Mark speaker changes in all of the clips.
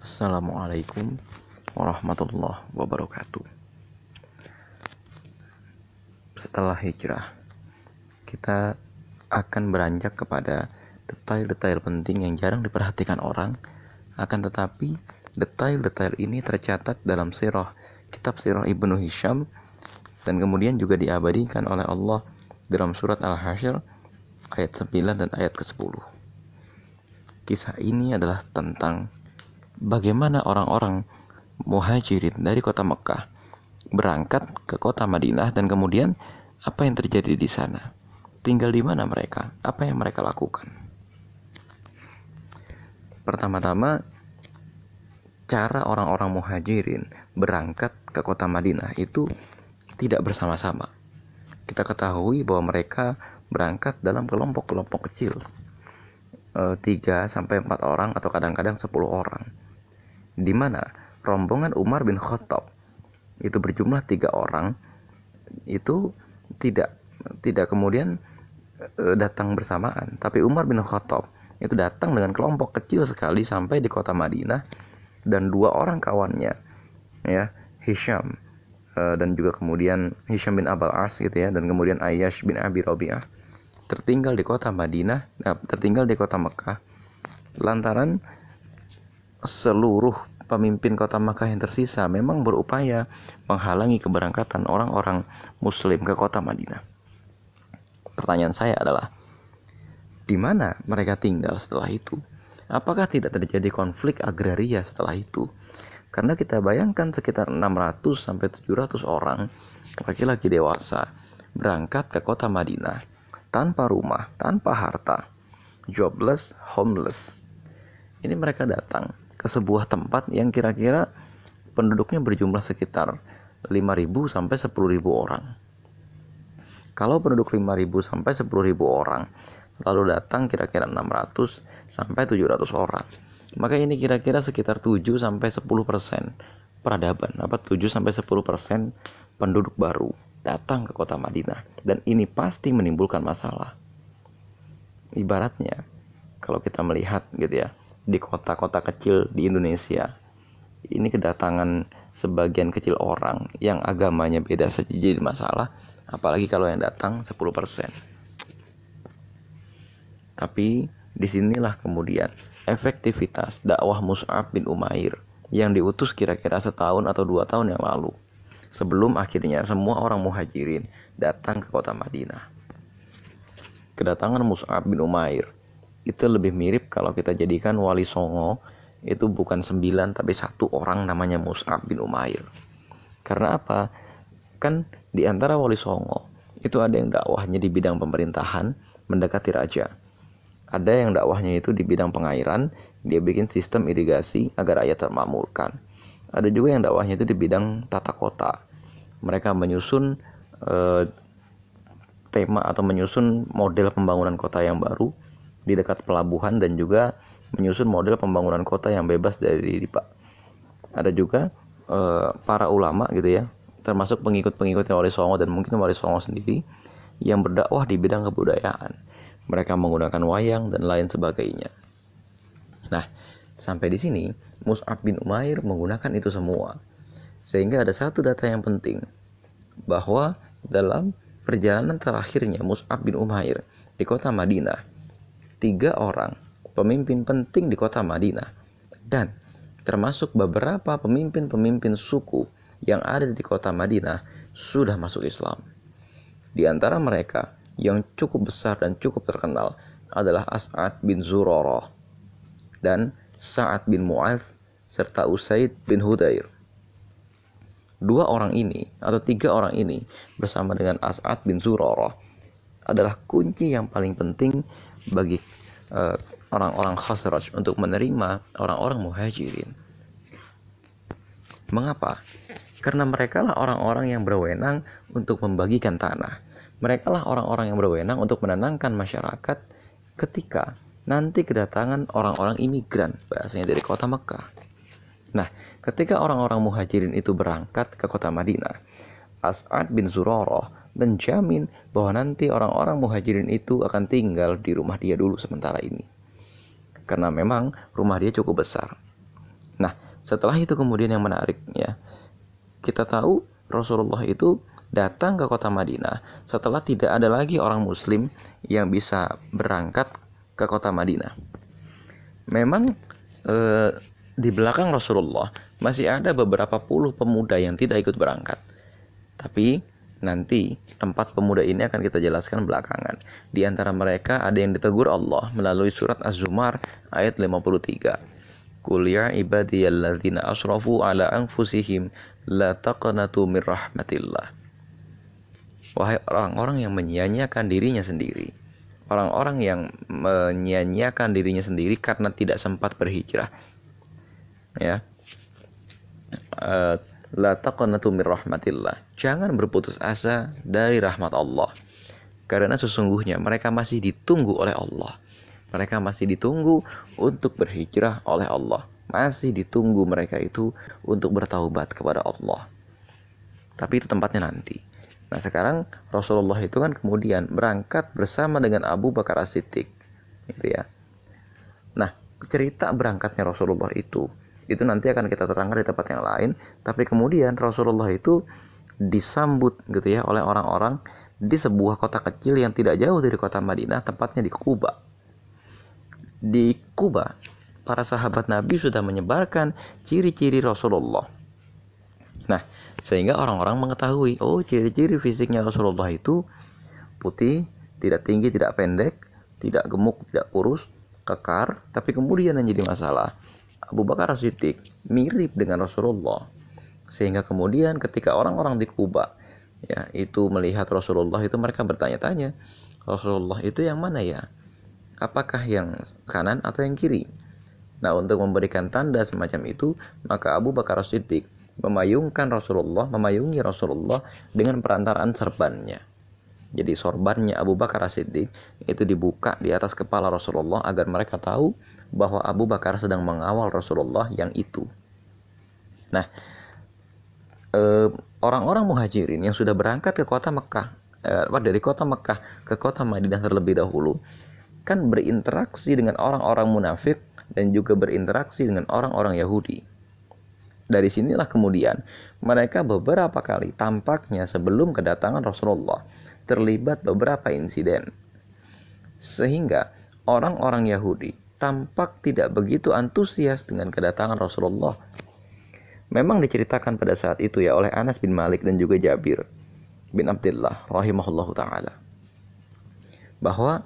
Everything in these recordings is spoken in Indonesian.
Speaker 1: Assalamualaikum warahmatullahi wabarakatuh. Setelah hijrah, kita akan beranjak kepada detail-detail penting yang jarang diperhatikan orang. Akan tetapi, detail-detail ini tercatat dalam kitab sirah Ibnu Hisham, dan kemudian juga diabadikan oleh Allah dalam surat Al-Hasyr ayat 9 dan ayat ke-10. Kisah ini adalah tentang bagaimana orang-orang muhajirin dari kota Mekah berangkat ke kota Madinah, dan kemudian apa yang terjadi di sana, tinggal di mana mereka, apa yang mereka lakukan. Pertama-tama, cara orang-orang muhajirin berangkat ke kota Madinah itu tidak bersama-sama. Kita ketahui bahwa mereka berangkat dalam kelompok-kelompok kecil, 3-4 orang atau kadang-kadang 10 orang, di mana rombongan Umar bin Khattab itu berjumlah 3 orang itu tidak kemudian datang bersamaan, tapi Umar bin Khattab itu datang dengan kelompok kecil sekali sampai di kota Madinah, dan 2 orang kawannya, ya, Hisham dan juga kemudian Hisham bin Abul As gitu ya, dan kemudian Ayyash bin Abi Rabi'ah tertinggal di kota Madinah, tertinggal di kota Mekah, lantaran seluruh pemimpin kota Makkah yang tersisa memang berupaya menghalangi keberangkatan orang-orang muslim ke kota Madinah. Pertanyaan saya adalah, di mana mereka tinggal setelah itu? Apakah tidak terjadi konflik agraria setelah itu? Karena kita bayangkan sekitar 600-700 orang laki-laki dewasa berangkat ke kota Madinah tanpa rumah, tanpa harta, jobless, homeless. Ini mereka datang ke sebuah tempat yang kira-kira penduduknya berjumlah sekitar 5.000 sampai 10.000 orang. Kalau penduduk 5.000 sampai 10.000 orang, lalu datang kira-kira 600 sampai 700 orang, maka ini kira-kira sekitar 7 sampai 10% peradaban, 7 sampai 10% penduduk baru datang ke kota Madinah, dan ini pasti menimbulkan masalah. Ibaratnya kalau kita melihat gitu ya, di kota-kota kecil di Indonesia ini kedatangan sebagian kecil orang yang agamanya beda saja jadi masalah, apalagi kalau yang datang 10%. Tapi disinilah kemudian efektivitas dakwah Mus'ab bin Umair yang diutus kira-kira 1 tahun atau 2 tahun yang lalu, sebelum akhirnya semua orang muhajirin datang ke kota Madinah. Kedatangan Mus'ab bin Umair itu lebih mirip kalau kita jadikan wali songo itu bukan 9 tapi 1 orang namanya Mus'ab bin Umair. Karena apa? Kan di antara wali songo itu ada yang dakwahnya di bidang pemerintahan, mendekati raja. Ada yang dakwahnya itu di bidang pengairan, dia bikin sistem irigasi agar rakyat termakmurkan. Ada juga yang dakwahnya itu di bidang tata kota. Mereka menyusun tema atau menyusun model pembangunan kota yang baru di dekat pelabuhan, dan juga menyusun model pembangunan kota yang bebas dari riba. Ada juga para ulama gitu ya, termasuk pengikut-pengikutnya Wali Songo dan mungkin Wali Songo sendiri yang berdakwah di bidang kebudayaan. Mereka menggunakan wayang dan lain sebagainya. Nah, sampai di sini Mus'ab bin Umair menggunakan itu semua. Sehingga ada satu data yang penting, bahwa dalam perjalanan terakhirnya Mus'ab bin Umair di kota Madinah, 3 orang pemimpin penting di kota Madinah, dan termasuk beberapa pemimpin-pemimpin suku yang ada di kota Madinah sudah masuk Islam. Di antara mereka yang cukup besar dan cukup terkenal adalah As'ad bin Zurarah dan Sa'ad bin Mu'adz serta Usaid bin Hudair. 2 orang ini atau 3 orang ini bersama dengan As'ad bin Zurarah adalah kunci yang paling penting bagi orang-orang Khazraj untuk menerima orang-orang muhajirin. Mengapa? Karena mereka lah orang-orang yang berwenang untuk membagikan tanah. Mereka lah orang-orang yang berwenang untuk menenangkan masyarakat ketika nanti kedatangan orang-orang imigran, bahasanya dari kota Mekah. Nah, ketika orang-orang muhajirin itu berangkat ke kota Madinah, As'ad bin Zurarah menjamin bahwa nanti orang-orang muhajirin itu akan tinggal di rumah dia dulu sementara ini, karena memang rumah dia cukup besar. Nah, setelah itu kemudian yang menarik ya, kita tahu Rasulullah itu datang ke kota Madinah setelah tidak ada lagi orang muslim yang bisa berangkat ke kota Madinah. Memang di belakang Rasulullah masih ada beberapa puluh pemuda yang tidak ikut berangkat. Tapi nanti tempat pemuda ini akan kita jelaskan belakangan. Di antara mereka ada yang ditegur Allah melalui surat Az-Zumar ayat 53. Qul ya ibadiyalladzina asrafu ala anfusihim la taqnatu mir rahmatillah. Wahai orang-orang yang menyia-nyiakan dirinya sendiri, orang-orang yang menyia-nyiakan dirinya sendiri karena tidak sempat berhijrah, ya, la taqnatu mir rahmatillah. Jangan berputus asa dari rahmat Allah, karena sesungguhnya mereka masih ditunggu oleh Allah. Mereka masih ditunggu untuk berhijrah oleh Allah. Masih ditunggu mereka itu untuk bertaubat kepada Allah. Tapi itu tempatnya nanti. Nah, sekarang Rasulullah itu kan kemudian berangkat bersama dengan Abu Bakar As-Siddiq, gitu ya. Nah, cerita berangkatnya Rasulullah itu nanti akan kita terangkan di tempat yang lain. Tapi kemudian Rasulullah itu disambut gitu ya oleh orang-orang di sebuah kota kecil yang tidak jauh dari kota Madinah, tepatnya di Quba. Di Quba, para sahabat Nabi sudah menyebarkan ciri-ciri Rasulullah. Nah, sehingga orang-orang mengetahui, oh, ciri-ciri fisiknya Rasulullah itu putih, tidak tinggi, tidak pendek, tidak gemuk, tidak kurus, kekar. Tapi kemudian yang jadi masalah, Abu Bakar As-Siddiq mirip dengan Rasulullah. Sehingga kemudian ketika orang-orang di Quba ya itu melihat Rasulullah itu, mereka bertanya-tanya, Rasulullah itu yang mana ya? Apakah yang kanan atau yang kiri? Nah, untuk memberikan tanda semacam itu, maka Abu Bakar As-Siddiq memayungi Rasulullah dengan perantaraan serbannya. Jadi sorbannya Abu Bakar As-Siddiq itu dibuka di atas kepala Rasulullah agar mereka tahu bahwa Abu Bakar sedang mengawal Rasulullah yang itu. Nah, orang-orang muhajirin yang sudah berangkat ke kota Mekah, dari kota Mekah ke kota Madinah terlebih dahulu, kan berinteraksi dengan orang-orang munafik dan juga berinteraksi dengan orang-orang Yahudi. Dari sinilah kemudian mereka beberapa kali tampaknya sebelum kedatangan Rasulullah terlibat beberapa insiden, sehingga orang-orang Yahudi tampak tidak begitu antusias dengan kedatangan Rasulullah. Memang diceritakan pada saat itu ya oleh Anas bin Malik dan juga Jabir bin Abdullah rahimahullahu ta'ala, bahwa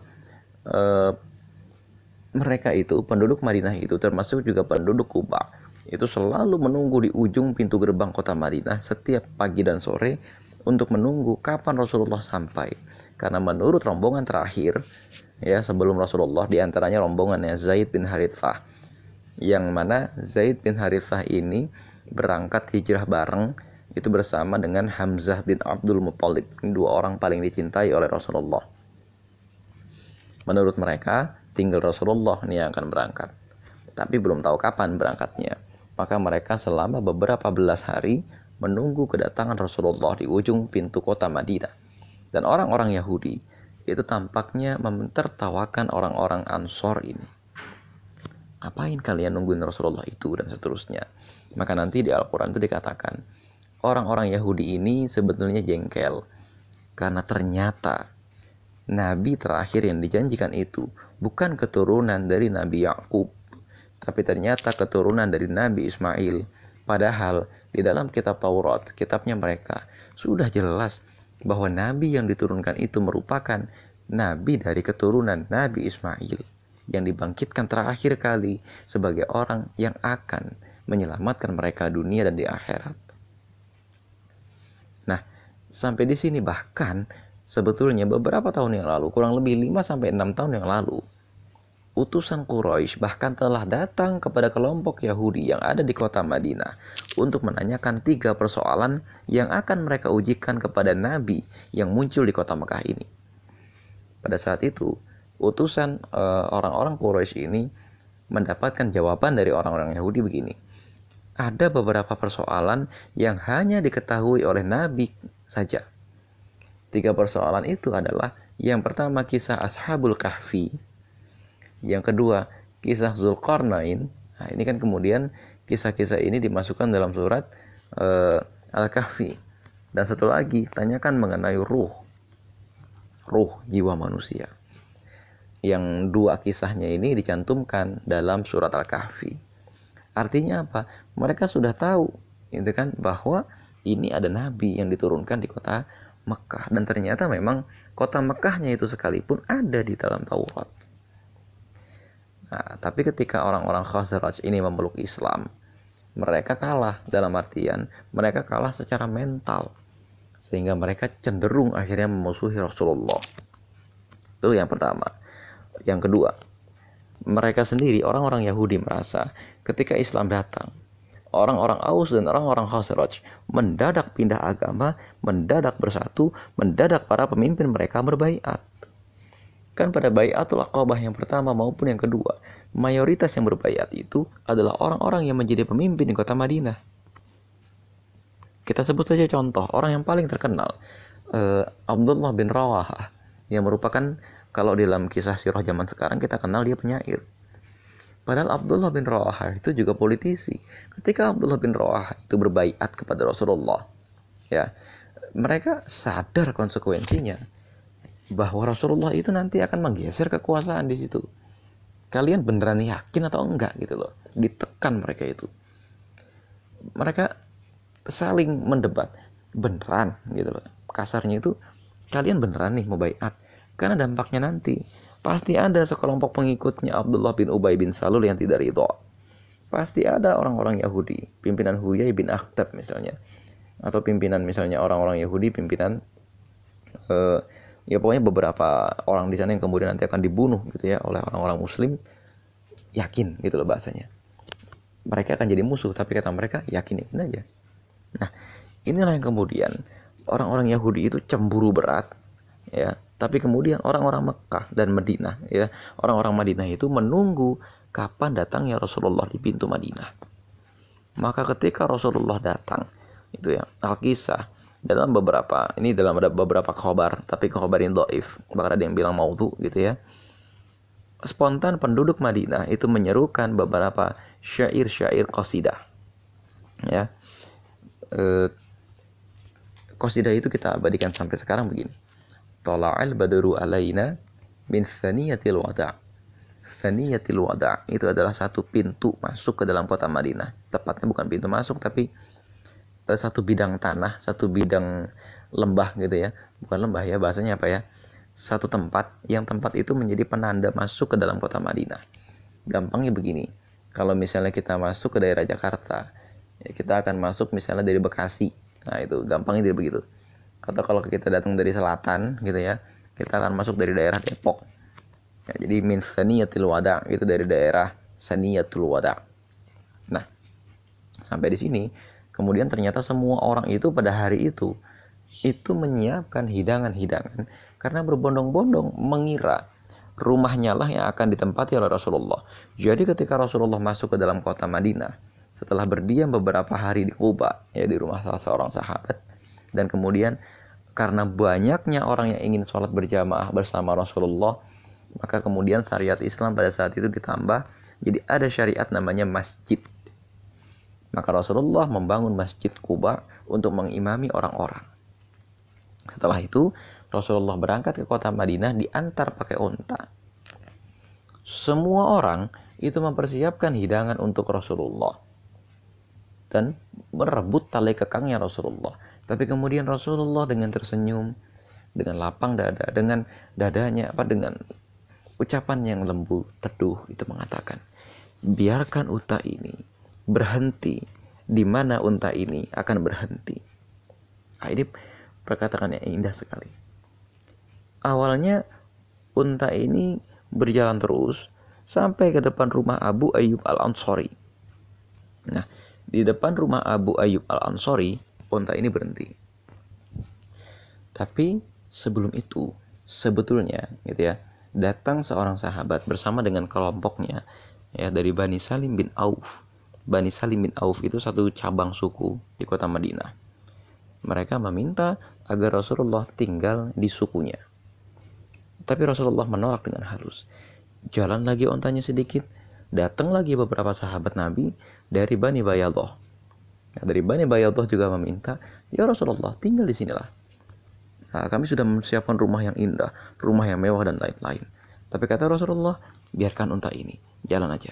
Speaker 1: mereka itu, penduduk Madinah itu, termasuk juga penduduk Kuba, itu selalu menunggu di ujung pintu gerbang kota Madinah setiap pagi dan sore untuk menunggu kapan Rasulullah sampai. Karena menurut rombongan terakhir ya sebelum Rasulullah, diantaranya rombongannya Zaid bin Harithah, yang mana Zaid bin Harithah ini berangkat hijrah bareng itu bersama dengan Hamzah bin Abdul Muttalib, dua orang paling dicintai oleh Rasulullah. Menurut mereka, tinggal Rasulullah nih yang akan berangkat. Tapi belum tahu kapan berangkatnya. Maka mereka selama beberapa belas hari menunggu kedatangan Rasulullah di ujung pintu kota Madinah. Dan orang-orang Yahudi itu tampaknya mentertawakan orang-orang Ansor ini. Ngapain kalian nungguin Rasulullah itu, dan seterusnya. Maka nanti di Al-Quran itu dikatakan, orang-orang Yahudi ini sebetulnya jengkel. Karena ternyata Nabi terakhir yang dijanjikan itu bukan keturunan dari Nabi Yakub, tapi ternyata keturunan dari Nabi Ismail. Padahal di dalam kitab Taurat, kitabnya mereka, sudah jelas bahwa Nabi yang diturunkan itu merupakan Nabi dari keturunan Nabi Ismail, yang dibangkitkan terakhir kali sebagai orang yang akan menyelamatkan mereka dunia dan di akhirat. Nah, sampai di sini bahkan sebetulnya beberapa tahun yang lalu, kurang lebih 5-6 tahun yang lalu, utusan Quraisy bahkan telah datang kepada kelompok Yahudi yang ada di kota Madinah untuk menanyakan 3 persoalan yang akan mereka ujikan kepada Nabi yang muncul di kota Mekah ini. Pada saat itu, utusan orang-orang Quraisy ini mendapatkan jawaban dari orang-orang Yahudi begini. Ada beberapa persoalan yang hanya diketahui oleh Nabi saja. 3 persoalan itu adalah, yang pertama kisah Ashabul Kahfi, yang kedua kisah Zulkarnain. Nah, ini kan kemudian kisah-kisah ini dimasukkan dalam surat Al-Kahfi. Dan satu lagi, tanyakan mengenai ruh jiwa manusia. Yang dua kisahnya ini dicantumkan dalam surat Al-Kahfi. Artinya apa? Mereka sudah tahu, itu kan, bahwa ini ada nabi yang diturunkan di kota Mekah, dan ternyata memang kota Mekahnya itu sekalipun ada di dalam Taurat. Nah, tapi ketika orang-orang Khazraj ini memeluk Islam, mereka kalah, dalam artian mereka kalah secara mental, sehingga mereka cenderung akhirnya memusuhi Rasulullah. Itu yang pertama. Yang kedua, mereka sendiri, orang-orang Yahudi, merasa ketika Islam datang, orang-orang Aus dan orang-orang Khazraj mendadak pindah agama, mendadak bersatu, mendadak para pemimpin mereka berbaiat. Kan pada baiatul Aqabah yang pertama maupun yang kedua, mayoritas yang berbaiat itu adalah orang-orang yang menjadi pemimpin di kota Madinah. Kita sebut saja contoh, orang yang paling terkenal, Abdullah bin Rawahah, yang merupakan, kalau dalam kisah sirah zaman sekarang kita kenal dia penyair. Padahal Abdullah bin Rawahah itu juga politisi. Ketika Abdullah bin Rawahah itu berbaiat kepada Rasulullah, ya, mereka sadar konsekuensinya, bahwa Rasulullah itu nanti akan menggeser kekuasaan di situ. Kalian beneran yakin atau enggak gitu loh. Ditekan mereka itu. Mereka saling mendebat, beneran gitu loh. Kasarnya itu, kalian beneran nih mau baiat? Karena dampaknya nanti pasti ada sekelompok pengikutnya Abdullah bin Ubay bin Salul yang tidak ridho. Pasti ada orang-orang Yahudi, pimpinan Huyai bin Akhtab misalnya, atau pimpinan misalnya orang-orang Yahudi, pimpinan ya pokoknya beberapa orang di sana yang kemudian nanti akan dibunuh gitu ya oleh orang-orang Muslim. Yakin gitu loh bahasanya. Mereka akan jadi musuh, tapi kata mereka yakin aja. Nah, inilah yang kemudian orang-orang Yahudi itu cemburu berat, ya. Tapi kemudian orang-orang Mekah dan Madinah, ya, orang-orang Madinah itu menunggu kapan datangnya Rasulullah di pintu Madinah. Maka ketika Rasulullah datang, itu ya, Al-Kisah dalam ada beberapa khobar, tapi khobar yang dhaif, bahkan ada yang bilang maudhu gitu ya. Spontan penduduk Madinah itu menyerukan beberapa syair-syair qasidah. Ya. Qasidah itu kita abadikan sampai sekarang begini. Tala'al badru alaina min thaniyatil wada'. Thaniyatil wada' itu adalah satu pintu masuk ke dalam kota Madinah. Tepatnya bukan pintu masuk, tapi satu bidang tanah, satu bidang lembah gitu ya. Bukan lembah ya, bahasanya apa ya? Satu tempat, yang tempat itu menjadi penanda masuk ke dalam kota Madinah. Gampangnya begini, kalau misalnya kita masuk ke daerah Jakarta, ya kita akan masuk misalnya dari Bekasi. Nah itu gampangnya tidak begitu. Atau kalau kita datang dari selatan gitu ya, kita akan masuk dari daerah Depok. Ya, jadi min Saniyatul Wada' itu dari daerah Saniyatul Wada'. Nah, sampai di sini kemudian ternyata semua orang itu pada hari itu menyiapkan hidangan-hidangan karena berbondong-bondong mengira rumahnya lah yang akan ditempati oleh Rasulullah. Jadi ketika Rasulullah masuk ke dalam kota Madinah, setelah berdiam beberapa hari di Quba, ya di rumah salah seorang sahabat, dan kemudian karena banyaknya orang yang ingin sholat berjamaah bersama Rasulullah, maka kemudian syariat Islam pada saat itu ditambah, jadi ada syariat namanya masjid. Maka Rasulullah membangun masjid Quba untuk mengimami orang-orang. Setelah itu Rasulullah berangkat ke kota Madinah diantar pakai unta. Semua orang itu mempersiapkan hidangan untuk Rasulullah dan merebut tali kekangnya Rasulullah. Tapi kemudian Rasulullah dengan tersenyum, dengan lapang dada, dengan dadanya dengan ucapan yang lembut, teduh, itu mengatakan, biarkan unta ini berhenti di mana unta ini akan berhenti. Nah, ini perkataan yang indah sekali. Awalnya unta ini berjalan terus sampai ke depan rumah Abu Ayyub Al-Ansari. Nah, di depan rumah Abu Ayyub Al-Ansari, unta ini berhenti. Tapi sebelum itu, sebetulnya gitu ya, datang seorang sahabat bersama dengan kelompoknya, ya, dari Bani Salim bin Auf. Bani Salim bin Auf itu satu cabang suku di kota Madinah. Mereka meminta agar Rasulullah tinggal di sukunya. Tapi Rasulullah menolak dengan halus. Jalan lagi ontanya sedikit, datang lagi beberapa sahabat Nabi, dari Bani Bayadah. Nah, dari Bani Bayadah juga meminta, ya Rasulullah, tinggal di sinilah. Nah, kami sudah mempersiapkan rumah yang indah, rumah yang mewah dan lain-lain. Tapi kata Rasulullah, biarkan unta ini jalan aja.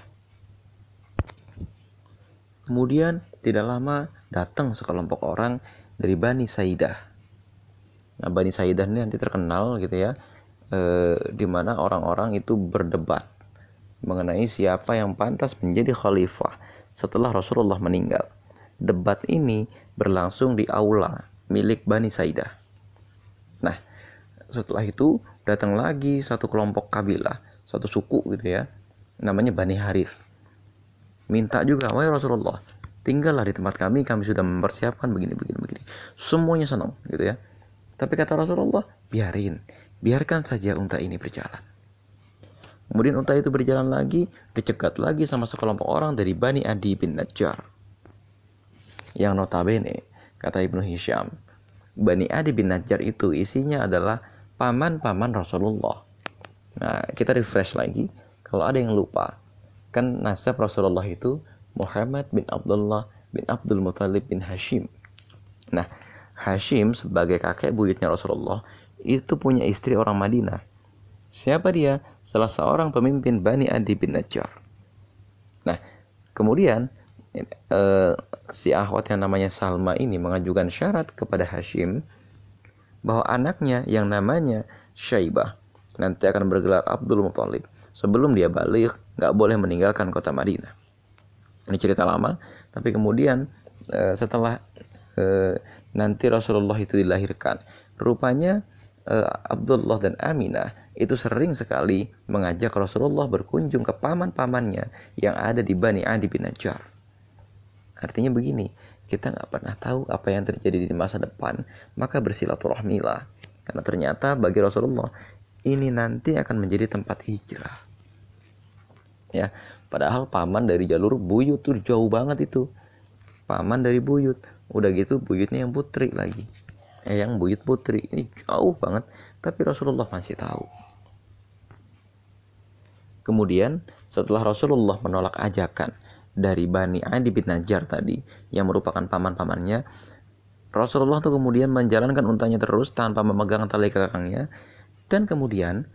Speaker 1: Kemudian tidak lama datang sekelompok orang dari Bani Saidah. Nah, Bani Saidah ini nanti terkenal gitu ya, di mana orang-orang itu berdebat mengenai siapa yang pantas menjadi khalifah setelah Rasulullah meninggal. Debat ini berlangsung di aula milik Bani Saidah. Nah, setelah itu datang lagi satu kelompok kabilah, satu suku gitu ya, namanya Bani Harith. Minta juga, wahai Rasulullah, tinggallah di tempat kami sudah mempersiapkan begini. Semuanya senang gitu ya. Tapi kata Rasulullah, biarkan saja unta ini berjalan. Kemudian unta itu berjalan lagi, dicegat lagi sama sekelompok orang dari Bani Adi bin Najjar. Yang notabene, kata Ibnu Hisham, Bani Adi bin Najjar itu isinya adalah paman-paman Rasulullah. Nah, kita refresh lagi, kalau ada yang lupa, kan nasab Rasulullah itu Muhammad bin Abdullah bin Abdul Muthalib bin Hashim. Nah, Hashim sebagai kakek buyutnya Rasulullah itu punya istri orang Madinah. Siapa dia? Salah seorang pemimpin Bani Adi bin Najjar. Nah, kemudian si akhwat yang namanya Salma ini mengajukan syarat kepada Hashim bahwa anaknya yang namanya Syaibah nanti akan bergelar Abdul Muthalib. Sebelum dia balik, gak boleh meninggalkan kota Madinah. Ini cerita lama, tapi kemudian setelah nanti Rasulullah itu dilahirkan, rupanya Abdullah dan Aminah itu sering sekali mengajak Rasulullah berkunjung ke paman-pamannya yang ada di Bani Adi bin Najjar. Artinya begini, kita gak pernah tahu apa yang terjadi di masa depan, maka bersilaturahmilah. Karena ternyata bagi Rasulullah, ini nanti akan menjadi tempat hijrah. Ya, padahal paman dari jalur buyut tuh jauh banget itu. Paman dari buyut, udah gitu buyutnya yang putri lagi. Yang buyut putri ini jauh banget, tapi Rasulullah masih tahu. Kemudian setelah Rasulullah menolak ajakan dari Bani Adi bin Najjar tadi yang merupakan paman-pamannya, Rasulullah tuh kemudian menjalankan untanya terus tanpa memegang tali kekangnya. Dan kemudian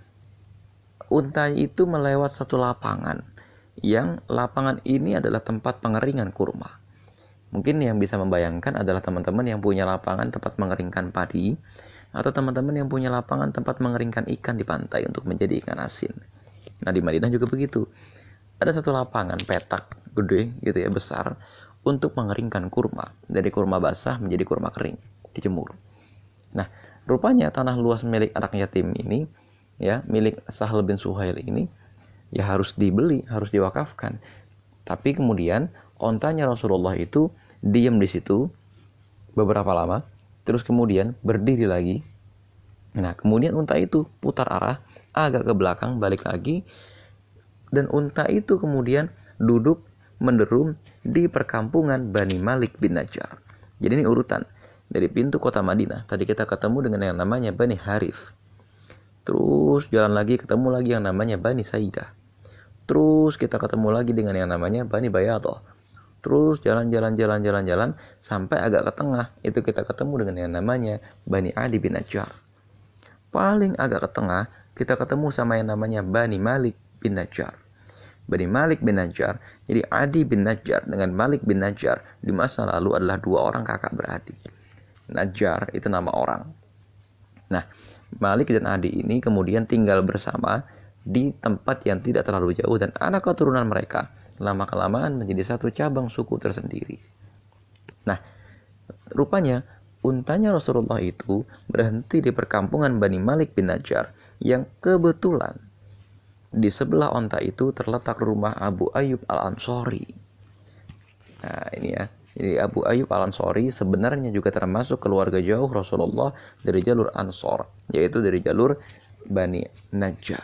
Speaker 1: unta itu melewat satu lapangan, yang lapangan ini adalah tempat pengeringan kurma. Mungkin yang bisa membayangkan adalah teman-teman yang punya lapangan tempat mengeringkan padi, atau teman-teman yang punya lapangan tempat mengeringkan ikan di pantai untuk menjadi ikan asin. Nah, di Madinah juga begitu. Ada satu lapangan petak gede gitu ya, besar, untuk mengeringkan kurma. Dari kurma basah menjadi kurma kering, dijemur. Nah, rupanya tanah luas milik anak yatim ini, ya, milik Sahl bin Suhail ini, ya harus dibeli, harus diwakafkan. Tapi kemudian ontanya Rasulullah itu diam di situ beberapa lama, terus kemudian berdiri lagi. Nah, kemudian unta itu putar arah agak ke belakang, balik lagi, dan unta itu kemudian duduk menderum di perkampungan Bani Malik bin Najjar. Jadi ini urutan. Dari pintu kota Madinah, tadi kita ketemu dengan yang namanya Bani Harith. Terus jalan lagi, ketemu lagi yang namanya Bani Saidah. Terus kita ketemu lagi dengan yang namanya Bani Bayadah. Terus jalan sampai agak ke tengah, itu kita ketemu dengan yang namanya Bani Adi bin Najjar. Paling agak ke tengah, kita ketemu sama yang namanya Bani Malik bin Najjar. Bani Malik bin Najjar, jadi Adi bin Najjar dengan Malik bin Najjar di masa lalu adalah dua orang kakak beradik. Najjar itu nama orang. Nah, Malik dan Adi ini kemudian tinggal bersama di tempat yang tidak terlalu jauh, dan anak keturunan mereka lama-kelamaan menjadi satu cabang suku tersendiri. Nah, rupanya untanya Rasulullah itu berhenti di perkampungan Bani Malik bin Najjar, yang kebetulan di sebelah onta itu terletak rumah Abu Ayyub Al-Ansori. Nah, ini ya. Jadi Abu Ayyub Al-Ansori sebenarnya juga termasuk keluarga jauh Rasulullah dari jalur Ansor, yaitu dari jalur Bani Najjar.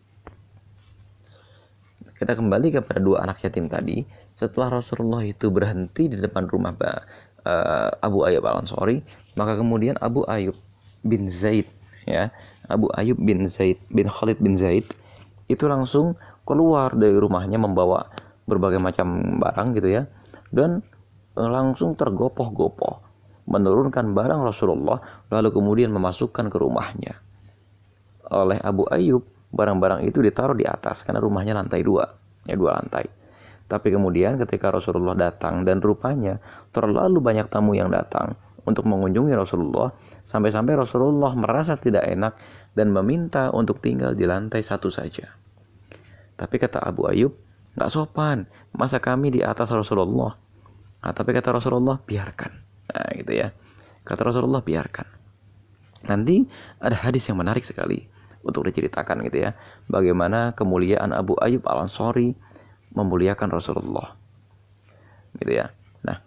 Speaker 1: Kita kembali kepada dua anak yatim tadi. Setelah Rasulullah itu berhenti di depan rumah Abu Ayyub Al-Ansori, maka kemudian Abu Ayyub bin Zaid, ya, Abu Ayyub bin Zaid bin Khalid bin Zaid itu langsung keluar dari rumahnya membawa berbagai macam barang gitu ya, dan langsung tergopoh-gopoh menurunkan barang Rasulullah, lalu kemudian memasukkan ke rumahnya. Oleh Abu Ayyub, barang-barang itu ditaruh di atas karena rumahnya lantai 2, ya 2 lantai. Tapi kemudian ketika Rasulullah datang dan rupanya terlalu banyak tamu yang datang untuk mengunjungi Rasulullah, sampai-sampai Rasulullah merasa tidak enak dan meminta untuk tinggal di lantai 1 saja. Tapi kata Abu Ayyub, gak sopan, masa kami di atas Rasulullah? Nah, tapi kata Rasulullah, biarkan. Nah gitu ya, kata Rasulullah, biarkan. Nanti ada hadis yang menarik sekali untuk diceritakan gitu ya, bagaimana kemuliaan Abu Ayyub Al-Ansari memuliakan Rasulullah gitu ya. Nah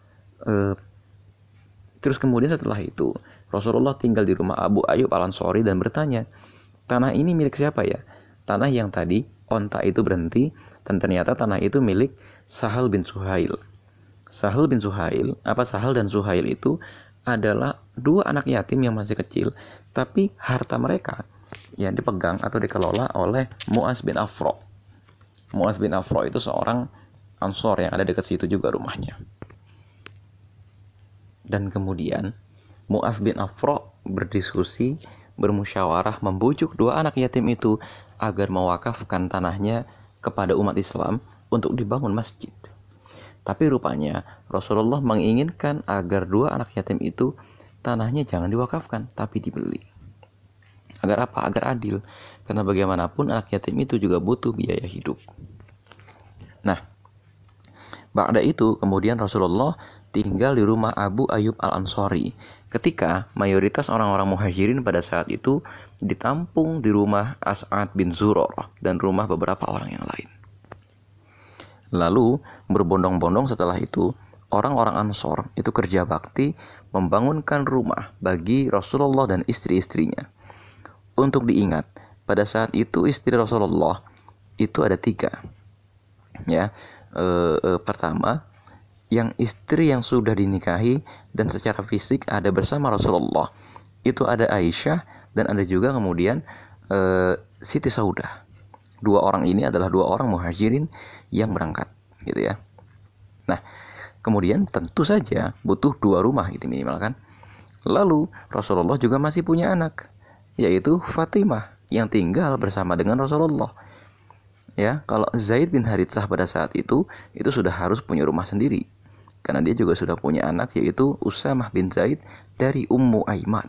Speaker 1: terus kemudian setelah itu Rasulullah tinggal di rumah Abu Ayyub Al-Ansari dan bertanya, tanah ini milik siapa ya? Tanah yang tadi onta itu berhenti, dan ternyata tanah itu milik Sahal bin Suhail. Sahal dan Suhail itu adalah 2 anak yatim yang masih kecil, tapi harta mereka yang dipegang atau dikelola oleh Mu'az bin Afro. Mu'az bin Afro itu seorang Ansor yang ada dekat situ juga rumahnya. Dan kemudian Mu'az bin Afro berdiskusi, bermusyawarah, membujuk 2 anak yatim itu agar mewakafkan tanahnya kepada umat Islam untuk dibangun masjid. Tapi rupanya Rasulullah menginginkan agar 2 anak yatim itu tanahnya jangan diwakafkan, tapi dibeli. Agar apa? Agar adil. Karena bagaimanapun anak yatim itu juga butuh biaya hidup. Nah, ba'da itu kemudian Rasulullah tinggal di rumah Abu Ayyub Al-Ansari, ketika mayoritas orang-orang muhajirin pada saat itu ditampung di rumah As'ad bin Zurarah dan rumah beberapa orang yang lain. Lalu berbondong-bondong setelah itu orang-orang Ansor itu kerja bakti membangunkan rumah bagi Rasulullah dan istri-istrinya. Untuk diingat, pada saat itu istri Rasulullah itu ada 3. Ya, pertama, yang istri yang sudah dinikahi dan secara fisik ada bersama Rasulullah itu ada Aisyah, dan ada juga kemudian Siti Saudah. 2 orang ini adalah 2 orang muhajirin yang berangkat gitu ya. Nah, kemudian tentu saja butuh 2 rumah gitu minimal kan. Lalu Rasulullah juga masih punya anak, yaitu Fatimah yang tinggal bersama dengan Rasulullah. Ya, kalau Zaid bin Haritsah pada saat itu sudah harus punya rumah sendiri, karena dia juga sudah punya anak, yaitu Usamah bin Zaid dari Ummu Aiman.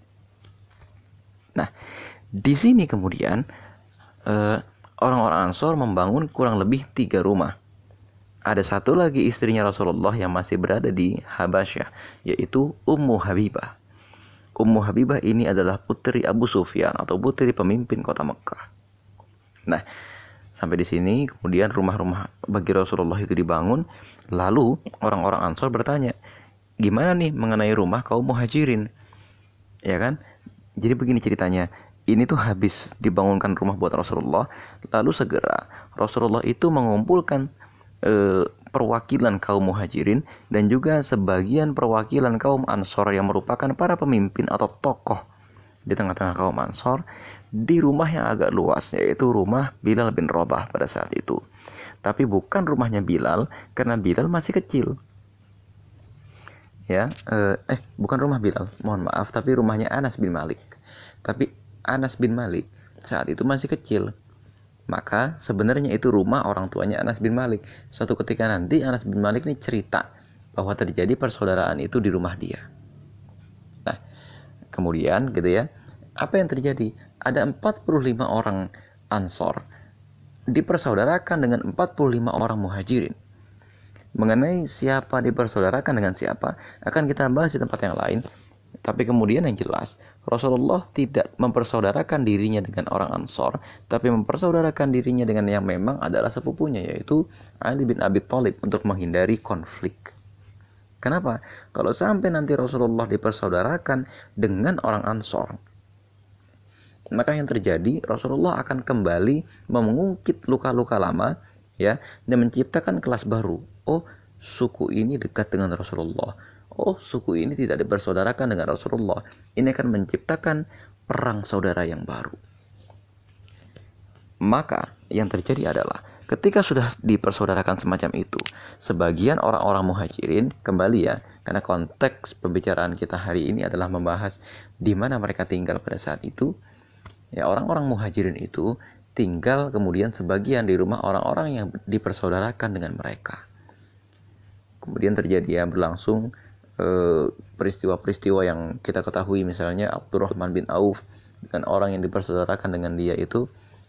Speaker 1: Nah, di sini kemudian orang-orang Ansor membangun kurang lebih 3 rumah. Ada satu lagi istrinya Rasulullah yang masih berada di Habasyah, yaitu Ummu Habibah. Ummu Habibah ini adalah putri Abu Sufyan atau putri pemimpin kota Mekah. Nah, sampai di sini kemudian rumah-rumah bagi Rasulullah itu dibangun. Lalu orang-orang Ansor bertanya, gimana nih mengenai rumah kaum muhajirin? Ya kan? Jadi begini ceritanya. Ini tuh habis dibangunkan rumah buat Rasulullah, lalu segera Rasulullah itu mengumpulkan perwakilan kaum muhajirin dan juga sebagian perwakilan kaum Ansor yang merupakan para pemimpin atau tokoh di tengah-tengah kaum Ansor di rumah yang agak luas, yaitu rumah Bilal bin Rabah pada saat itu. Tapi bukan rumahnya Bilal, karena Bilal masih kecil. Ya, bukan rumah Bilal, mohon maaf, tapi rumahnya Anas bin Malik. Tapi Anas bin Malik saat itu masih kecil. Maka sebenarnya itu rumah orang tuanya Anas bin Malik. Suatu ketika nanti Anas bin Malik ini cerita bahwa terjadi persaudaraan itu di rumah dia. Nah, kemudian gitu ya, apa yang terjadi? Ada 45 orang Ansor dipersaudarakan dengan 45 orang muhajirin. Mengenai siapa dipersaudarakan dengan siapa akan kita bahas di tempat yang lain. Tapi kemudian yang jelas, Rasulullah tidak mempersaudarakan dirinya dengan orang Ansor, tapi mempersaudarakan dirinya dengan yang memang adalah sepupunya, yaitu Ali bin Abi Thalib, untuk menghindari konflik. Kenapa? Kalau sampai nanti Rasulullah dipersaudarakan dengan orang Ansor, maka yang terjadi, Rasulullah akan kembali mengungkit luka-luka lama, ya, dan menciptakan kelas baru. Oh, suku ini dekat dengan Rasulullah. Oh, suku ini tidak dipersaudarakan dengan Rasulullah. Ini akan menciptakan perang saudara yang baru. Maka yang terjadi adalah ketika sudah dipersaudarakan semacam itu, sebagian orang-orang muhajirin, kembali ya, karena konteks pembicaraan kita hari ini adalah membahas di mana mereka tinggal pada saat itu, ya orang-orang muhajirin itu tinggal kemudian sebagian di rumah orang-orang yang dipersaudarakan dengan mereka. Kemudian terjadi ya berlangsung peristiwa-peristiwa yang kita ketahui, misalnya Abdurrahman bin Auf dan orang yang dipersaudarakan dengan dia itu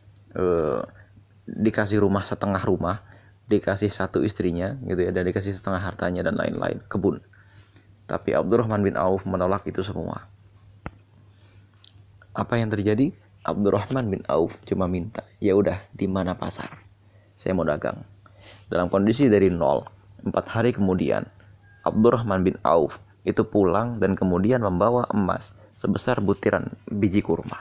Speaker 1: dikasih rumah setengah rumah, dikasih satu istrinya gitu ya, dan dikasih setengah hartanya dan lain-lain, kebun. Tapi Abdurrahman bin Auf menolak itu semua. Apa yang terjadi? Abdurrahman bin Auf cuma minta, ya udah, di mana pasar? Saya mau dagang. Dalam kondisi dari nol, 4 hari kemudian Abdurrahman bin Auf itu pulang dan kemudian membawa emas sebesar butiran biji kurma.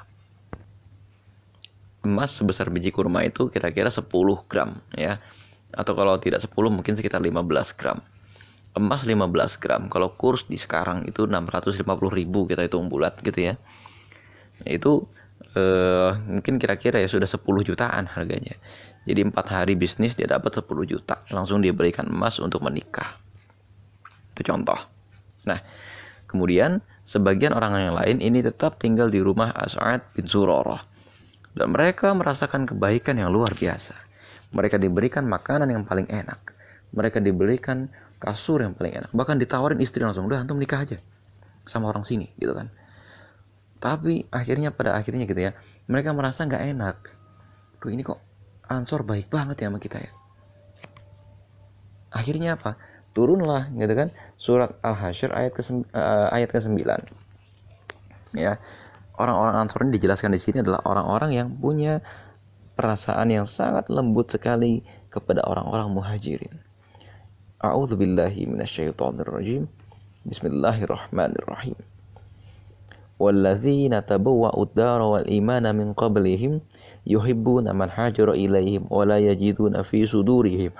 Speaker 1: Emas sebesar biji kurma itu kira-kira 10 gram ya. Atau kalau tidak 10 mungkin sekitar 15 gram. Emas 15 gram, kalau kurs di sekarang itu 650.000 kita hitung bulat gitu ya. Itu mungkin kira-kira ya sudah 10 jutaan harganya. Jadi 4 hari bisnis dia dapat 10 juta. Langsung dia berikan emas untuk menikah. Itu contoh. Nah, kemudian sebagian orang yang lain ini tetap tinggal di rumah As'ad bin Zurarah. Dan mereka merasakan kebaikan yang luar biasa. Mereka diberikan makanan yang paling enak. Mereka diberikan kasur yang paling enak. Bahkan ditawarin istri langsung, udah antum nikah aja sama orang sini gitu kan. Tapi pada akhirnya gitu ya, mereka merasa gak enak. Duh, ini kok Ansor baik banget ya sama kita ya. Akhirnya apa? Turunlah gitu kan surat Al-Hasyr ayat ke-9. Ya. Orang-orang Ansor ini dijelaskan di sini adalah orang-orang yang punya perasaan yang sangat lembut sekali kepada orang-orang muhajirin. A'udzubillahi minasyaitonirrajim. Bismillahirrahmanirrahim. Walladzina tabawwa'ud dara wal imana min qablihim yuhibbuna man hajara ilaihim wa la yajiduna fi sudurihim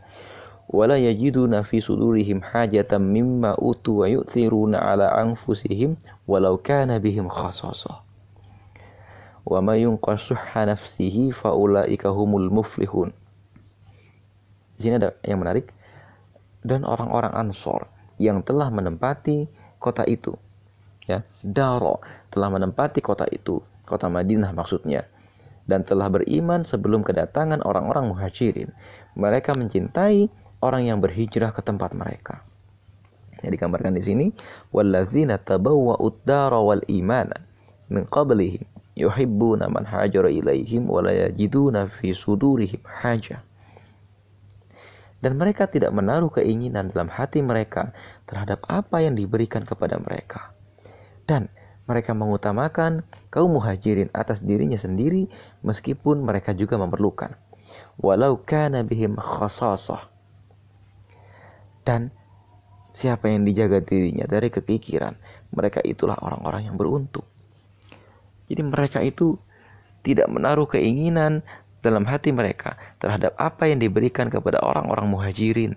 Speaker 1: hajatan mimma utu wa yu'thiruna ala anfusihim walau kana bihim khasasah wa may yuqashshuha nafsihi fa ulaika humul muflihun. Di sini ada yang menarik, dan orang-orang Ansor yang telah menempati kota itu ya, Daro telah menempati kota itu, kota Madinah maksudnya, dan telah beriman sebelum kedatangan orang-orang muhajirin. Mereka mencintai orang yang berhijrah ke tempat mereka. Yang digambarkan di sini, walladzina tabawwa'ud dara wal imana min qablihim yuhibbuna man hajara ilaihim wa la yajiduna fi sudurihim hajah. Dan mereka tidak menaruh keinginan dalam hati mereka terhadap apa yang diberikan kepada mereka. Dan mereka mengutamakan kaum muhajirin atas dirinya sendiri meskipun mereka juga memerlukan. Walau kana bihim khasasah. Dan siapa yang dijaga dirinya dari kekikiran, mereka itulah orang-orang yang beruntung. Jadi mereka itu tidak menaruh keinginan dalam hati mereka terhadap apa yang diberikan kepada orang-orang muhajirin.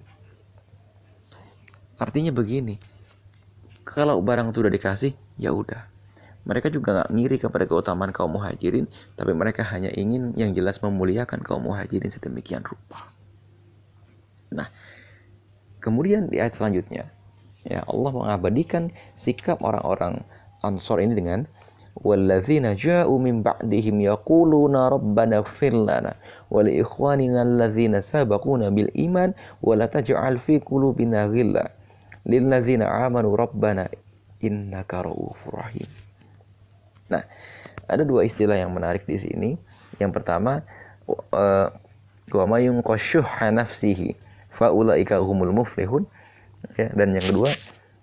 Speaker 1: Artinya begini, kalau barang itu udah dikasih, ya udah. Mereka juga gak ngiri kepada keutamaan kaum muhajirin, tapi mereka hanya ingin yang jelas memuliakan kaum muhajirin sedemikian rupa. Nah, kemudian di ayat selanjutnya, ya Allah mengabadikan sikap orang-orang Ansor ini dengan walladzina ja'u min ba'dihim yaquluna rabbana ighfir lana wa li ikhwanina alladzina sabaquna bil iman wa la taj'al fi qulubina ghillan lil ladzina amanu rabbana innaka ra'ufur rahim. Nah, ada dua istilah yang menarik di sini. Yang pertama, wa may yuqashshuha nafsihi fa ulaika humul muflihun. Ya, dan yang kedua,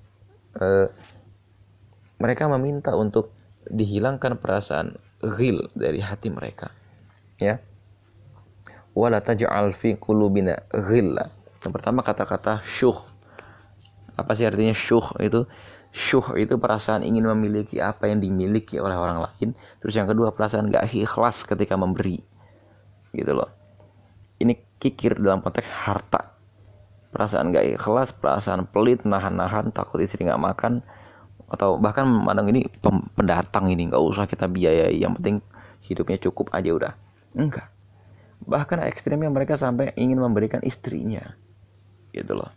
Speaker 1: mereka meminta untuk dihilangkan perasaan ghil dari hati mereka. Ya. Wala taj'al fi qulubina ghilla. Yang pertama kata-kata syuh. Apa sih artinya syuh itu? Syuh itu perasaan ingin memiliki apa yang dimiliki oleh orang lain. Terus yang kedua perasaan gak ikhlas ketika memberi. Gitu loh. Ini kikir dalam konteks harta. Perasaan gak ikhlas, perasaan pelit, nahan-nahan, takut istri gak makan, atau bahkan memandang ini pendatang ini, gak usah kita biayai, yang penting hidupnya cukup aja udah. Enggak. Bahkan ekstrimnya mereka sampai ingin memberikan istrinya, gitu loh,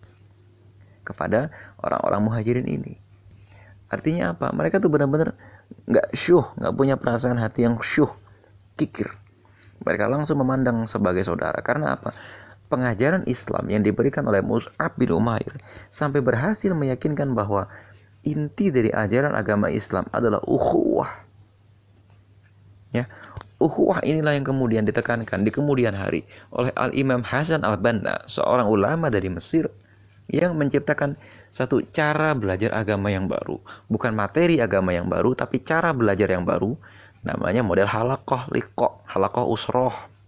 Speaker 1: kepada orang-orang muhajirin ini. Artinya apa? Mereka tuh benar-benar nggak punya perasaan hati yang kikir. Mereka langsung memandang sebagai saudara. Karena apa? Pengajaran Islam yang diberikan oleh Mus'ab bin Umair sampai berhasil meyakinkan bahwa inti dari ajaran agama Islam adalah ukhuwah. Ya, ukhuwah inilah yang kemudian ditekankan di kemudian hari oleh Al-Imam Hasan al-Banna, seorang ulama dari Mesir yang menciptakan satu cara belajar agama yang baru. Bukan materi agama yang baru, tapi cara belajar yang baru. Namanya model halaqah liqa, halaqah usroh.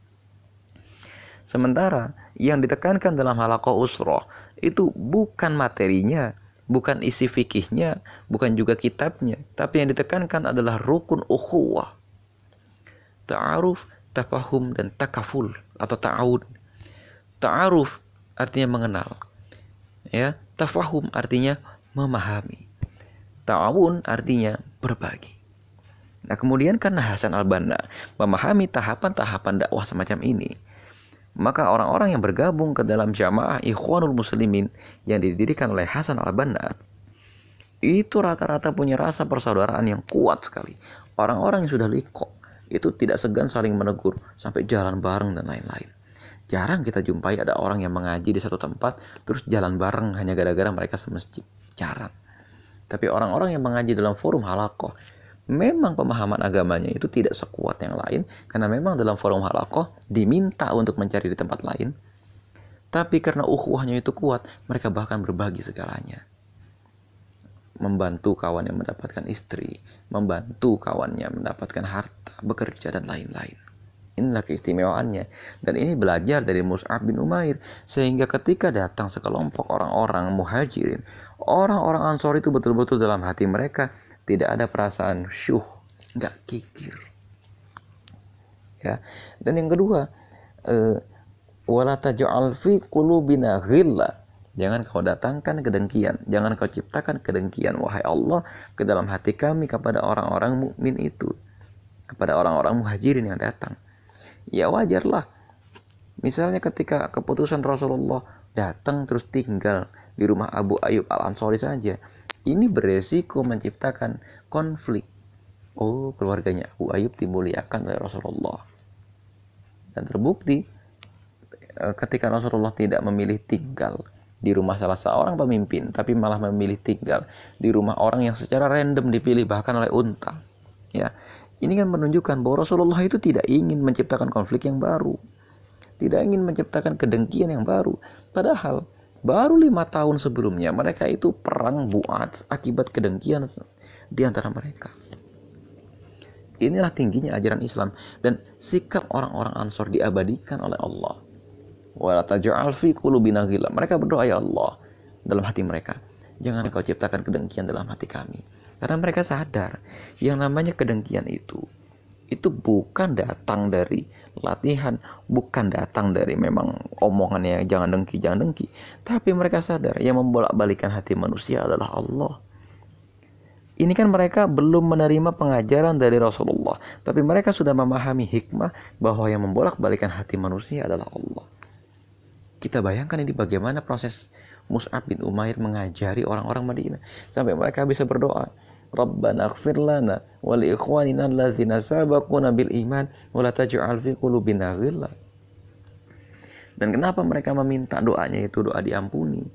Speaker 1: Sementara yang ditekankan dalam halaqah usroh itu bukan materinya, bukan isi fikihnya, bukan juga kitabnya, tapi yang ditekankan adalah rukun ukhuwah. Ta'aruf, tafahum, dan takaful atau ta'awud. Ta'aruf artinya mengenal. Ya, tafahum artinya memahami. Ta'awun artinya berbagi. Nah, kemudian karena Hasan al-Banna memahami tahapan-tahapan dakwah semacam ini, maka orang-orang yang bergabung ke dalam jamaah Ikhwanul Muslimin yang didirikan oleh Hasan al-Banna itu rata-rata punya rasa persaudaraan yang kuat sekali. Orang-orang yang sudah liqo itu tidak segan saling menegur sampai jalan bareng dan lain-lain. Jarang kita jumpai ada orang yang mengaji di satu tempat terus jalan bareng hanya gara-gara mereka semasjid. Jarang. Tapi orang-orang yang mengaji dalam forum halaqah, memang pemahaman agamanya itu tidak sekuat yang lain, karena memang dalam forum halaqah diminta untuk mencari di tempat lain. Tapi karena ukhuwahnya itu kuat, mereka bahkan berbagi segalanya. Membantu kawan yang mendapatkan istri, membantu kawannya mendapatkan harta, bekerja, dan lain-lain. Inilah keistimewaannya. Dan ini belajar dari Mus'ab bin Umair. Sehingga ketika datang sekelompok orang-orang muhajirin, orang-orang Ansor itu betul-betul dalam hati mereka tidak ada perasaan nggak kikir. Ya. Dan yang kedua, wala taj'al fi qulubina ghillah. Jangan kau datangkan kedengkian, jangan kau ciptakan kedengkian, wahai Allah, ke dalam hati kami kepada orang-orang mukmin itu, kepada orang-orang muhajirin yang datang. Ya wajarlah. Misalnya ketika keputusan Rasulullah datang terus tinggal di rumah Abu Ayyub Al-Ansari saja, ini beresiko menciptakan konflik. Oh, keluarganya Abu Ayyub dimuliakan oleh Rasulullah. Dan terbukti ketika Rasulullah tidak memilih tinggal di rumah salah seorang pemimpin, tapi malah memilih tinggal di rumah orang yang secara random dipilih bahkan oleh unta. Ya. Ini kan menunjukkan bahwa Rasulullah itu tidak ingin menciptakan konflik yang baru. Tidak ingin menciptakan kedengkian yang baru. Padahal baru 5 tahun sebelumnya mereka itu perang Bu'ats akibat kedengkian di antara mereka. Inilah tingginya ajaran Islam dan sikap orang-orang Ansor diabadikan oleh Allah. Wala taj'al fi qulubina ghillah. Mereka berdoa, ya Allah, dalam hati mereka, jangan kau ciptakan kedengkian dalam hati kami. Karena mereka sadar yang namanya kedengkian itu bukan datang dari latihan, bukan datang dari memang omongannya jangan dengki, tapi mereka sadar yang membolak-balikan hati manusia adalah Allah. Ini kan mereka belum menerima pengajaran dari Rasulullah, tapi mereka sudah memahami hikmah bahwa yang membolak-balikan hati manusia adalah Allah. Kita bayangkan ini bagaimana proses Mus'ab bin Umair mengajari orang-orang Madinah sampai mereka bisa berdoa, Rabbana ighfir lana wa li ikhwanina alladzina sabaquna bil iman wa la taj'al fi qulubina ghillah. Dan kenapa mereka meminta doanya itu doa diampuni?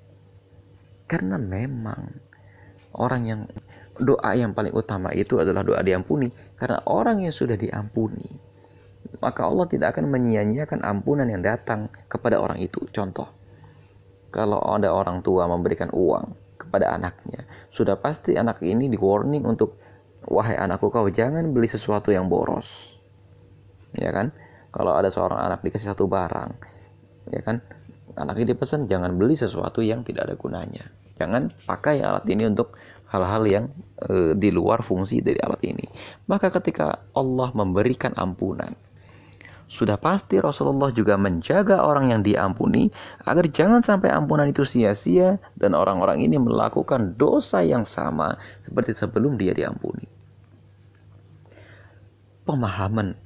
Speaker 1: Karena memang orang yang doa yang paling utama itu adalah doa diampuni, karena orang yang sudah diampuni, maka Allah tidak akan menyia-nyiakan ampunan yang datang kepada orang itu. Contoh, kalau ada orang tua memberikan uang kepada anaknya, sudah pasti anak ini di warning untuk, wahai anakku, kau jangan beli sesuatu yang boros. Ya kan? Kalau ada seorang anak dikasih satu barang, ya kan, anaknya dipesan jangan beli sesuatu yang tidak ada gunanya. Jangan pakai alat ini untuk hal-hal yang di luar fungsi dari alat ini. Maka ketika Allah memberikan ampunan, sudah pasti Rasulullah juga menjaga orang yang diampuni agar jangan sampai ampunan itu sia-sia dan orang-orang ini melakukan dosa yang sama seperti sebelum dia diampuni. Pemahaman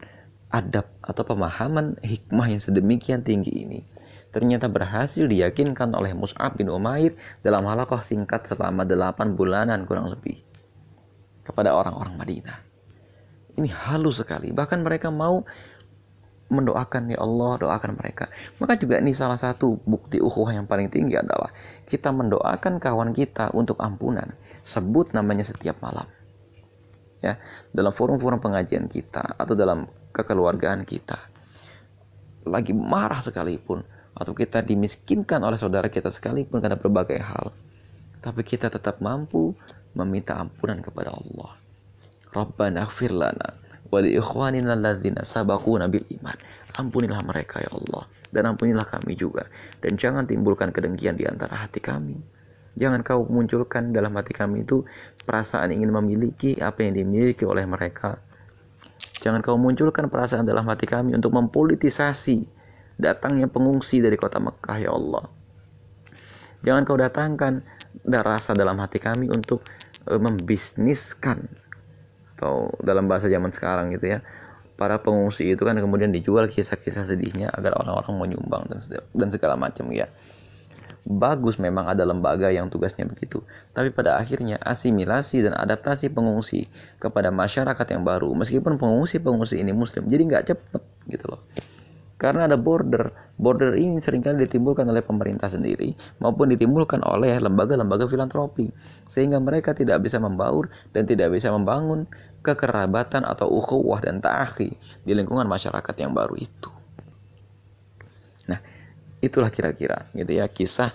Speaker 1: adab atau pemahaman hikmah yang sedemikian tinggi ini ternyata berhasil diyakinkan oleh Mus'ab bin Umair dalam halaqah singkat selama 8 bulanan kurang lebih kepada orang-orang Madinah. Ini halus sekali. Bahkan mereka mau mendoakan, ya Allah, doakan mereka. Maka juga ini salah satu bukti ukhuwah yang paling tinggi adalah kita mendoakan kawan kita untuk ampunan. Sebut namanya setiap malam. Ya, dalam forum-forum pengajian kita atau dalam kekeluargaan kita. Lagi marah sekalipun atau kita dimiskinkan oleh saudara kita sekalipun karena berbagai hal, tapi kita tetap mampu meminta ampunan kepada Allah. Rabbana ighfir lana wa li ikhwanina alladzina sabaquna bil iman. Ampunilah mereka ya Allah, dan ampunilah kami juga, dan jangan timbulkan kedengkian di antara hati kami. Jangan kau munculkan dalam hati kami itu perasaan ingin memiliki apa yang dimiliki oleh mereka. Jangan kau munculkan perasaan dalam hati kami untuk mempolitisasi datangnya pengungsi dari kota Mekah ya Allah. Jangan kau datangkan rasa dalam hati kami untuk membisniskan, atau dalam bahasa zaman sekarang gitu ya, para pengungsi itu kan kemudian dijual kisah-kisah sedihnya agar orang-orang mau nyumbang dan segala macam ya. Bagus memang ada lembaga yang tugasnya begitu, tapi pada akhirnya asimilasi dan adaptasi pengungsi kepada masyarakat yang baru, meskipun pengungsi ini muslim, jadi nggak cepet gitu loh. Karena ada border ini seringkali ditimbulkan oleh pemerintah sendiri maupun ditimbulkan oleh lembaga-lembaga filantropi, sehingga mereka tidak bisa membaur dan tidak bisa membangun kekerabatan atau ukhuwah dan ta'akhi di lingkungan masyarakat yang baru itu. Nah, itulah kira-kira gitu ya kisah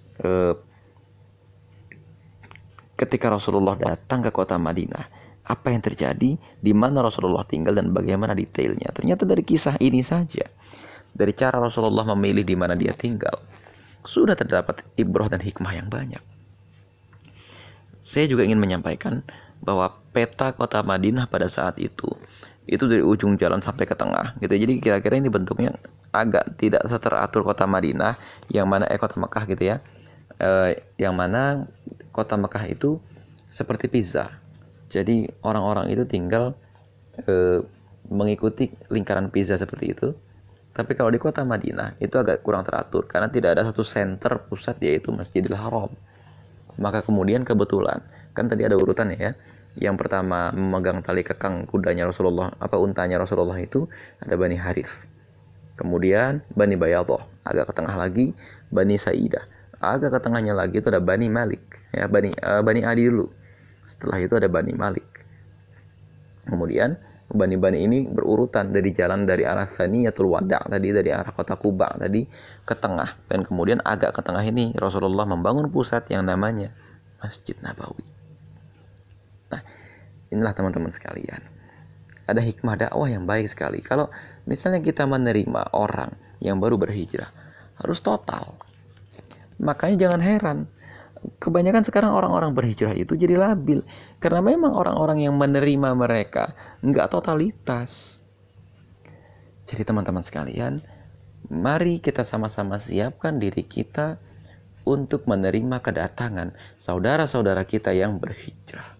Speaker 1: ketika Rasulullah datang ke kota Madinah. Apa yang terjadi, di mana Rasulullah tinggal, dan bagaimana detailnya. Ternyata dari kisah ini saja, dari cara Rasulullah memilih di mana dia tinggal, sudah terdapat ibrah dan hikmah yang banyak. Saya juga ingin menyampaikan bahwa peta kota Madinah pada saat itu dari ujung jalan sampai ke tengah gitu. Jadi kira-kira ini bentuknya agak tidak seteratur kota Madinah, yang mana kota Mekah gitu ya. Yang mana kota Mekah itu seperti pizza. Jadi orang-orang itu tinggal mengikuti lingkaran pizza seperti itu. Tapi kalau di kota Madinah itu agak kurang teratur karena tidak ada satu center pusat, yaitu Masjidil Haram. Maka kemudian kebetulan kan tadi ada urutannya ya. Yang pertama memegang tali kekang kudanya Rasulullah, untanya Rasulullah itu ada Bani Harits. Kemudian Bani Bayadah, agak ke tengah lagi Bani Sa'idah. Agak ke tengahnya lagi itu ada Bani Malik, ya Bani Adi dulu. Setelah itu ada Bani Malik. Kemudian Bani-Bani ini berurutan dari jalan dari arah Thaniyatul Wada' tadi, dari arah kota Kuba tadi ke tengah. Dan kemudian agak ke tengah ini Rasulullah membangun pusat yang namanya Masjid Nabawi. Nah, inilah teman-teman sekalian, ada hikmah dakwah yang baik sekali. Kalau misalnya kita menerima orang yang baru berhijrah, harus total. Makanya jangan heran, kebanyakan sekarang orang-orang berhijrah itu jadi labil, karena memang orang-orang yang menerima mereka nggak totalitas. Jadi teman-teman sekalian, mari kita sama-sama siapkan diri kita untuk menerima kedatangan saudara-saudara kita yang berhijrah.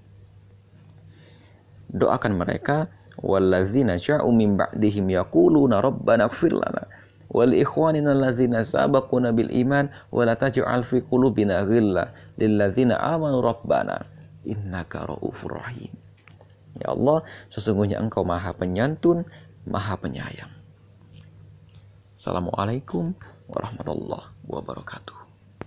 Speaker 1: Doakan mereka, walladzina ja'u min ba'dihim yaquluna rabbana ighfir lana wal ikhwanina alladzina sabaquna bil iman wa la taj'al fi qulubina ghillan lil ladzina amanu rabbana innaka ra'ufur rahim. Ya Allah, sesungguhnya Engkau Maha Penyantun, Maha Penyayang. Assalamualaikum warahmatullahi wabarakatuh.